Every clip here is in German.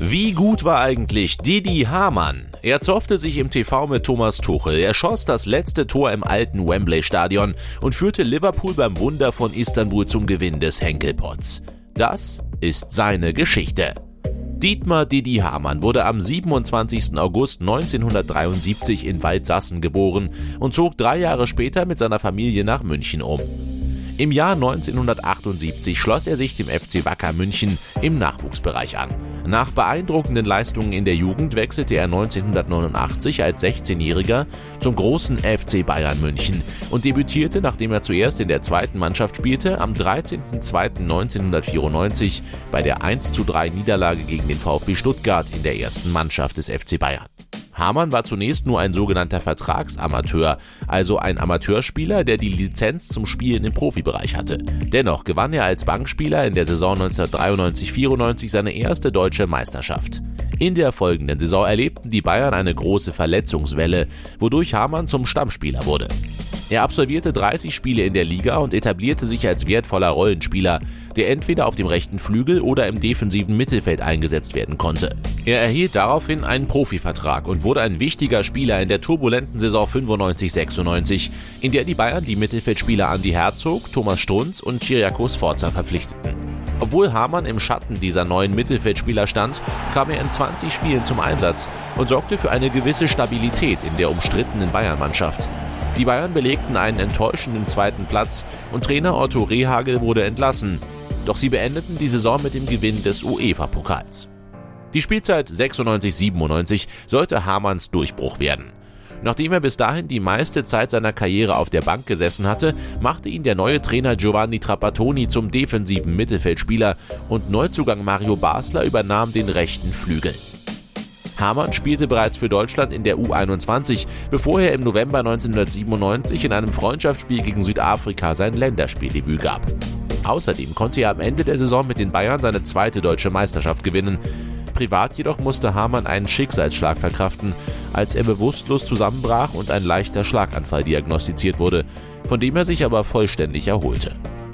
Wie gut war eigentlich Didi Hamann? Er zoffte sich im TV mit Thomas Tuchel, er schoss das letzte Tor im alten Wembley-Stadion und führte Liverpool beim Wunder von Istanbul zum Gewinn des Henkelpots. Das ist seine Geschichte. Dietmar Didi Hamann wurde am 27. August 1973 in Waldsassen geboren und zog 3 Jahre später mit seiner Familie nach München um. Im Jahr 1978 schloss er sich dem FC Wacker München im Nachwuchsbereich an. Nach beeindruckenden Leistungen in der Jugend wechselte er 1989 als 16-Jähriger zum großen FC Bayern München und debütierte, nachdem er zuerst in der zweiten Mannschaft spielte, am 13.02.1994 bei der 1:3 Niederlage gegen den VfB Stuttgart in der ersten Mannschaft des FC Bayern. Hamann war zunächst nur ein sogenannter Vertragsamateur, also ein Amateurspieler, der die Lizenz zum Spielen im Profibereich hatte. Dennoch gewann er als Bankspieler in der Saison 1993/94 seine erste deutsche Meisterschaft. In der folgenden Saison erlebten die Bayern eine große Verletzungswelle, wodurch Hamann zum Stammspieler wurde. Er absolvierte 30 Spiele in der Liga und etablierte sich als wertvoller Rollenspieler, der entweder auf dem rechten Flügel oder im defensiven Mittelfeld eingesetzt werden konnte. Er erhielt daraufhin einen Profivertrag und wurde ein wichtiger Spieler in der turbulenten Saison 95/96, in der die Bayern die Mittelfeldspieler Andi Herzog, Thomas Strunz und Kyriakos Sforza verpflichteten. Obwohl Hamann im Schatten dieser neuen Mittelfeldspieler stand, kam er in 20 Spielen zum Einsatz und sorgte für eine gewisse Stabilität in der umstrittenen Bayern-Mannschaft. Die Bayern belegten einen enttäuschenden 2. Platz und Trainer Otto Rehhagel wurde entlassen. Doch sie beendeten die Saison mit dem Gewinn des UEFA-Pokals. Die Spielzeit 96/97 sollte Hamanns Durchbruch werden. Nachdem er bis dahin die meiste Zeit seiner Karriere auf der Bank gesessen hatte, machte ihn der neue Trainer Giovanni Trapattoni zum defensiven Mittelfeldspieler und Neuzugang Mario Basler übernahm den rechten Flügel. Hamann spielte bereits für Deutschland in der U21, bevor er im November 1997 in einem Freundschaftsspiel gegen Südafrika sein Länderspieldebüt gab. Außerdem konnte er am Ende der Saison mit den Bayern seine 2. deutsche Meisterschaft gewinnen. Privat jedoch musste Hamann einen Schicksalsschlag verkraften, als er bewusstlos zusammenbrach und ein leichter Schlaganfall diagnostiziert wurde, von dem er sich aber vollständig erholte.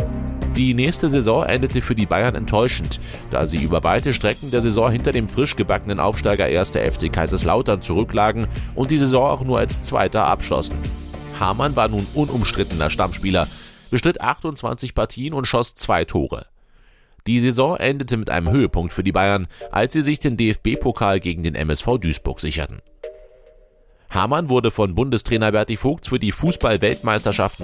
Die nächste Saison endete für die Bayern enttäuschend, da sie über weite Strecken der Saison hinter dem frisch gebackenen Aufsteiger 1. FC Kaiserslautern zurücklagen und die Saison auch nur als Zweiter abschlossen. Hamann war nun unumstrittener Stammspieler, bestritt 28 Partien und schoss 2 Tore. Die Saison endete mit einem Höhepunkt für die Bayern, als sie sich den DFB-Pokal gegen den MSV Duisburg sicherten. Hamann wurde von Bundestrainer Berti Vogts für die Fußball-Weltmeisterschaft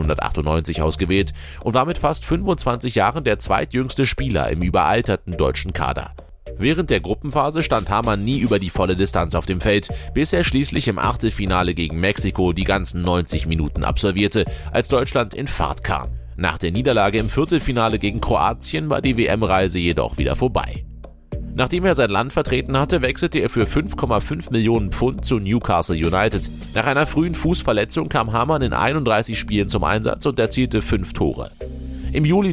1998 ausgewählt und war mit fast 25 Jahren der zweitjüngste Spieler im überalterten deutschen Kader. Während der Gruppenphase stand Hamann nie über die volle Distanz auf dem Feld, bis er schließlich im Achtelfinale gegen Mexiko die ganzen 90 Minuten absolvierte, als Deutschland in Fahrt kam. Nach der Niederlage im Viertelfinale gegen Kroatien war die WM-Reise jedoch wieder vorbei. Nachdem er sein Land vertreten hatte, wechselte er für 5,5 Millionen Pfund zu Newcastle United. Nach einer frühen Fußverletzung kam Hamann in 31 Spielen zum Einsatz und erzielte 5 Tore. Im Juli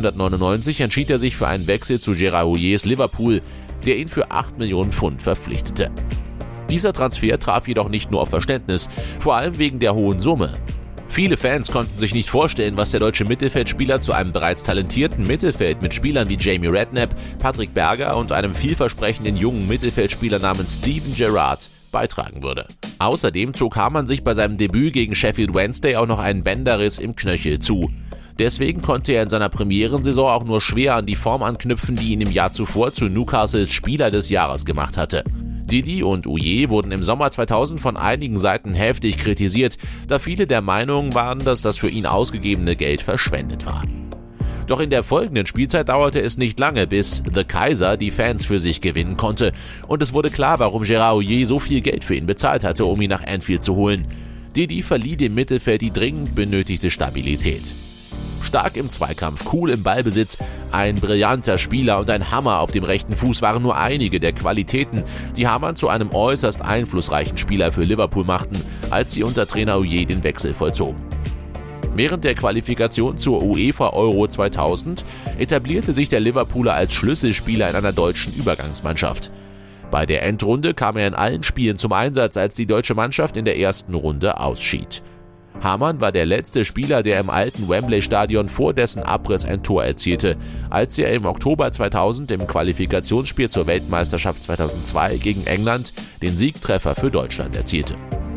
1999 entschied er sich für einen Wechsel zu Gérard Houlliers Liverpool, der ihn für 8 Millionen Pfund verpflichtete. Dieser Transfer traf jedoch nicht nur auf Verständnis, vor allem wegen der hohen Summe. Viele Fans konnten sich nicht vorstellen, was der deutsche Mittelfeldspieler zu einem bereits talentierten Mittelfeld mit Spielern wie Jamie Redknapp, Patrick Berger und einem vielversprechenden jungen Mittelfeldspieler namens Steven Gerrard beitragen würde. Außerdem zog Hamann sich bei seinem Debüt gegen Sheffield Wednesday auch noch einen Bänderriss im Knöchel zu. Deswegen konnte er in seiner Premierensaison auch nur schwer an die Form anknüpfen, die ihn im Jahr zuvor zu Newcastles Spieler des Jahres gemacht hatte. Didi und Houllier wurden im Sommer 2000 von einigen Seiten heftig kritisiert, da viele der Meinung waren, dass das für ihn ausgegebene Geld verschwendet war. Doch in der folgenden Spielzeit dauerte es nicht lange, bis The Kaiser die Fans für sich gewinnen konnte und es wurde klar, warum Gérard Houllier so viel Geld für ihn bezahlt hatte, um ihn nach Anfield zu holen. Didi verlieh dem Mittelfeld die dringend benötigte Stabilität. Stark im Zweikampf, cool im Ballbesitz, ein brillanter Spieler und ein Hammer auf dem rechten Fuß waren nur einige der Qualitäten, die Hamann zu einem äußerst einflussreichen Spieler für Liverpool machten, als sie unter Trainer Houllier den Wechsel vollzogen. Während der Qualifikation zur UEFA Euro 2000 etablierte sich der Liverpooler als Schlüsselspieler in einer deutschen Übergangsmannschaft. Bei der Endrunde kam er in allen Spielen zum Einsatz, als die deutsche Mannschaft in der ersten Runde ausschied. Hamann war der letzte Spieler, der im alten Wembley-Stadion vor dessen Abriss ein Tor erzielte, als er im Oktober 2000 im Qualifikationsspiel zur Weltmeisterschaft 2002 gegen England den Siegtreffer für Deutschland erzielte.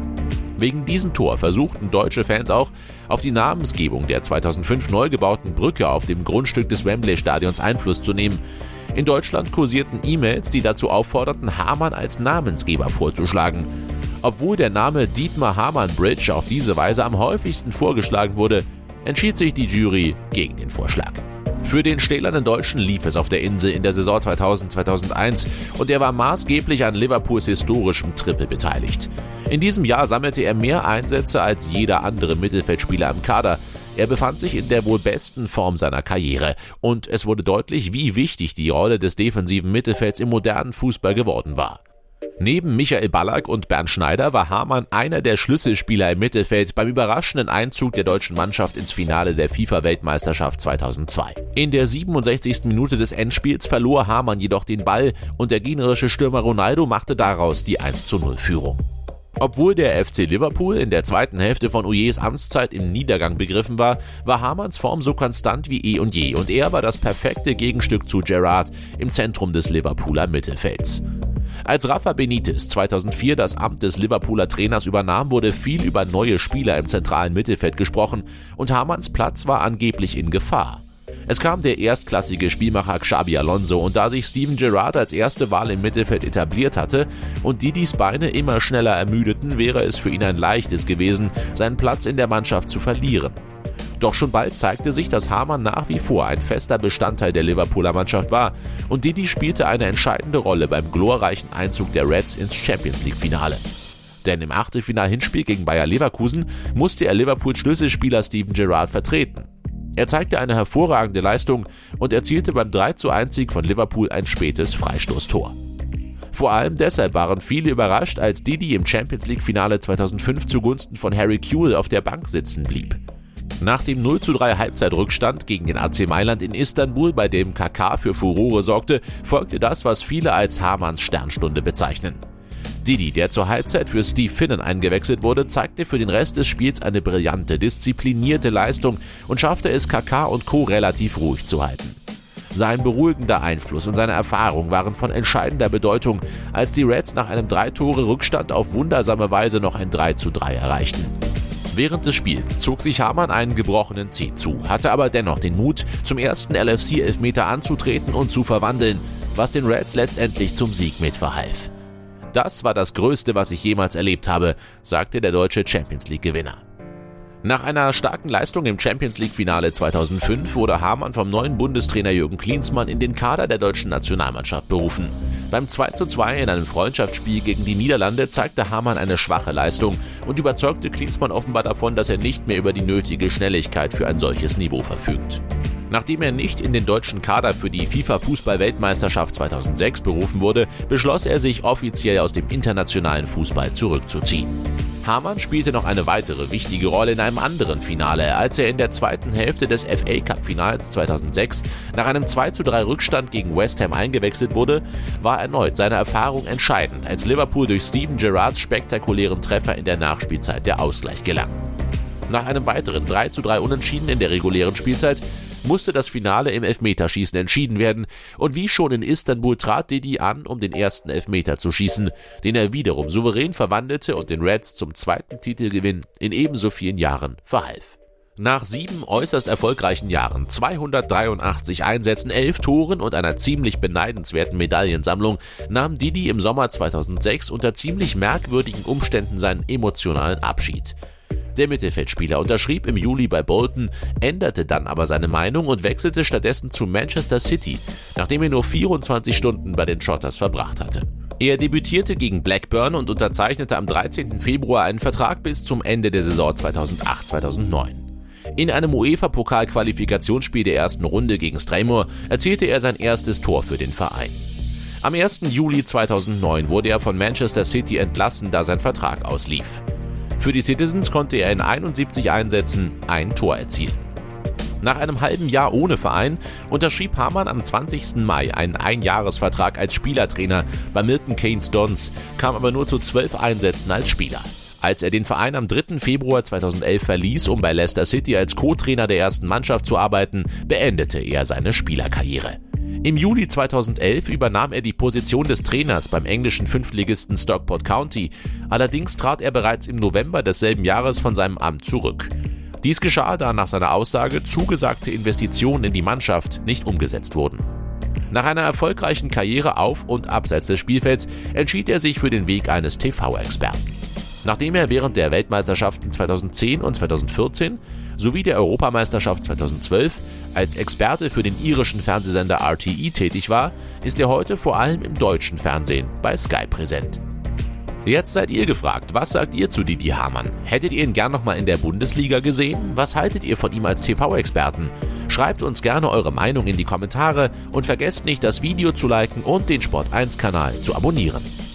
Wegen diesem Tor versuchten deutsche Fans auch, auf die Namensgebung der 2005 neu gebauten Brücke auf dem Grundstück des Wembley-Stadions Einfluss zu nehmen. In Deutschland kursierten E-Mails, die dazu aufforderten, Hamann als Namensgeber vorzuschlagen. Obwohl der Name Dietmar Hamann Bridge auf diese Weise am häufigsten vorgeschlagen wurde, entschied sich die Jury gegen den Vorschlag. Für den stählernen Deutschen lief es auf der Insel in der Saison 2000/2001 und er war maßgeblich an Liverpools historischem Triple beteiligt. In diesem Jahr sammelte er mehr Einsätze als jeder andere Mittelfeldspieler im Kader. Er befand sich in der wohl besten Form seiner Karriere und es wurde deutlich, wie wichtig die Rolle des defensiven Mittelfelds im modernen Fußball geworden war. Neben Michael Ballack und Bernd Schneider war Hamann einer der Schlüsselspieler im Mittelfeld beim überraschenden Einzug der deutschen Mannschaft ins Finale der FIFA-Weltmeisterschaft 2002. In der 67. Minute des Endspiels verlor Hamann jedoch den Ball und der gegnerische Stürmer Ronaldo machte daraus die 1:0-Führung. Obwohl der FC Liverpool in der zweiten Hälfte von Houlliers Amtszeit im Niedergang begriffen war, war Hamanns Form so konstant wie eh und je und er war das perfekte Gegenstück zu Gerrard im Zentrum des Liverpooler Mittelfelds. Als Rafa Benitez 2004 das Amt des Liverpooler Trainers übernahm, wurde viel über neue Spieler im zentralen Mittelfeld gesprochen und Hamanns Platz war angeblich in Gefahr. Es kam der erstklassige Spielmacher Xabi Alonso und da sich Steven Gerrard als erste Wahl im Mittelfeld etabliert hatte und Didis Beine immer schneller ermüdeten, wäre es für ihn ein leichtes gewesen, seinen Platz in der Mannschaft zu verlieren. Doch schon bald zeigte sich, dass Hamann nach wie vor ein fester Bestandteil der Liverpooler Mannschaft war und Didi spielte eine entscheidende Rolle beim glorreichen Einzug der Reds ins Champions-League-Finale. Denn im Achtelfinal-Hinspiel gegen Bayer Leverkusen musste er Liverpools Schlüsselspieler Steven Gerrard vertreten. Er zeigte eine hervorragende Leistung und erzielte beim 3:1-Sieg von Liverpool ein spätes Freistoßtor. Vor allem deshalb waren viele überrascht, als Didi im Champions-League-Finale 2005 zugunsten von Harry Kewell auf der Bank sitzen blieb. Nach dem 0:3 Halbzeitrückstand gegen den AC Mailand in Istanbul, bei dem Kaká für Furore sorgte, folgte das, was viele als Hamanns Sternstunde bezeichnen. Didi, der zur Halbzeit für Steve Finnan eingewechselt wurde, zeigte für den Rest des Spiels eine brillante, disziplinierte Leistung und schaffte es, Kaká und Co. relativ ruhig zu halten. Sein beruhigender Einfluss und seine Erfahrung waren von entscheidender Bedeutung, als die Reds nach einem 3-Tore-Rückstand auf wundersame Weise noch ein 3:3 erreichten. Während des Spiels zog sich Hamann einen gebrochenen Zeh zu, hatte aber dennoch den Mut, zum ersten LFC-Elfmeter anzutreten und zu verwandeln, was den Reds letztendlich zum Sieg mitverhalf. Das war das Größte, was ich jemals erlebt habe, sagte der deutsche Champions-League-Gewinner. Nach einer starken Leistung im Champions-League-Finale 2005 wurde Hamann vom neuen Bundestrainer Jürgen Klinsmann in den Kader der deutschen Nationalmannschaft berufen. Beim 2:2 in einem Freundschaftsspiel gegen die Niederlande zeigte Hamann eine schwache Leistung und überzeugte Klinsmann offenbar davon, dass er nicht mehr über die nötige Schnelligkeit für ein solches Niveau verfügt. Nachdem er nicht in den deutschen Kader für die FIFA-Fußball-Weltmeisterschaft 2006 berufen wurde, beschloss er sich offiziell aus dem internationalen Fußball zurückzuziehen. Hamann spielte noch eine weitere wichtige Rolle in einem anderen Finale, als er in der zweiten Hälfte des FA-Cup-Finals 2006 nach einem 2:3 Rückstand gegen West Ham eingewechselt wurde, war erneut seine Erfahrung entscheidend, als Liverpool durch Steven Gerrards spektakulären Treffer in der Nachspielzeit der Ausgleich gelang. Nach einem weiteren 3:3 Unentschieden in der regulären Spielzeit musste das Finale im Elfmeterschießen entschieden werden und wie schon in Istanbul trat Didi an, um den ersten Elfmeter zu schießen, den er wiederum souverän verwandelte und den Reds zum zweiten Titelgewinn in ebenso vielen Jahren verhalf. Nach 7 äußerst erfolgreichen Jahren, 283 Einsätzen, 11 Toren und einer ziemlich beneidenswerten Medaillensammlung nahm Didi im Sommer 2006 unter ziemlich merkwürdigen Umständen seinen emotionalen Abschied. Der Mittelfeldspieler unterschrieb im Juli bei Bolton, änderte dann aber seine Meinung und wechselte stattdessen zu Manchester City, nachdem er nur 24 Stunden bei den Shotters verbracht hatte. Er debütierte gegen Blackburn und unterzeichnete am 13. Februar einen Vertrag bis zum Ende der Saison 2008/2009. In einem UEFA-Pokal-Qualifikationsspiel der ersten Runde gegen Strathmore erzielte er sein erstes Tor für den Verein. Am 1. Juli 2009 wurde er von Manchester City entlassen, da sein Vertrag auslief. Für die Citizens konnte er in 71 Einsätzen ein Tor erzielen. Nach einem halben Jahr ohne Verein unterschrieb Hamann am 20. Mai einen Einjahresvertrag als Spielertrainer bei Milton Keynes Dons, kam aber nur zu 12 Einsätzen als Spieler. Als er den Verein am 3. Februar 2011 verließ, um bei Leicester City als Co-Trainer der ersten Mannschaft zu arbeiten, beendete er seine Spielerkarriere. Im Juli 2011 übernahm er die Position des Trainers beim englischen Fünftligisten Stockport County, allerdings trat er bereits im November desselben Jahres von seinem Amt zurück. Dies geschah, da nach seiner Aussage zugesagte Investitionen in die Mannschaft nicht umgesetzt wurden. Nach einer erfolgreichen Karriere auf und abseits des Spielfelds entschied er sich für den Weg eines TV-Experten. Nachdem er während der Weltmeisterschaften 2010 und 2014 sowie der Europameisterschaft 2012 als Experte für den irischen Fernsehsender RTE tätig war, ist er heute vor allem im deutschen Fernsehen bei Sky präsent. Jetzt seid ihr gefragt, was sagt ihr zu Didi Hamann? Hättet ihr ihn gern nochmal in der Bundesliga gesehen? Was haltet ihr von ihm als TV-Experten? Schreibt uns gerne eure Meinung in die Kommentare und vergesst nicht, das Video zu liken und den Sport1-Kanal zu abonnieren.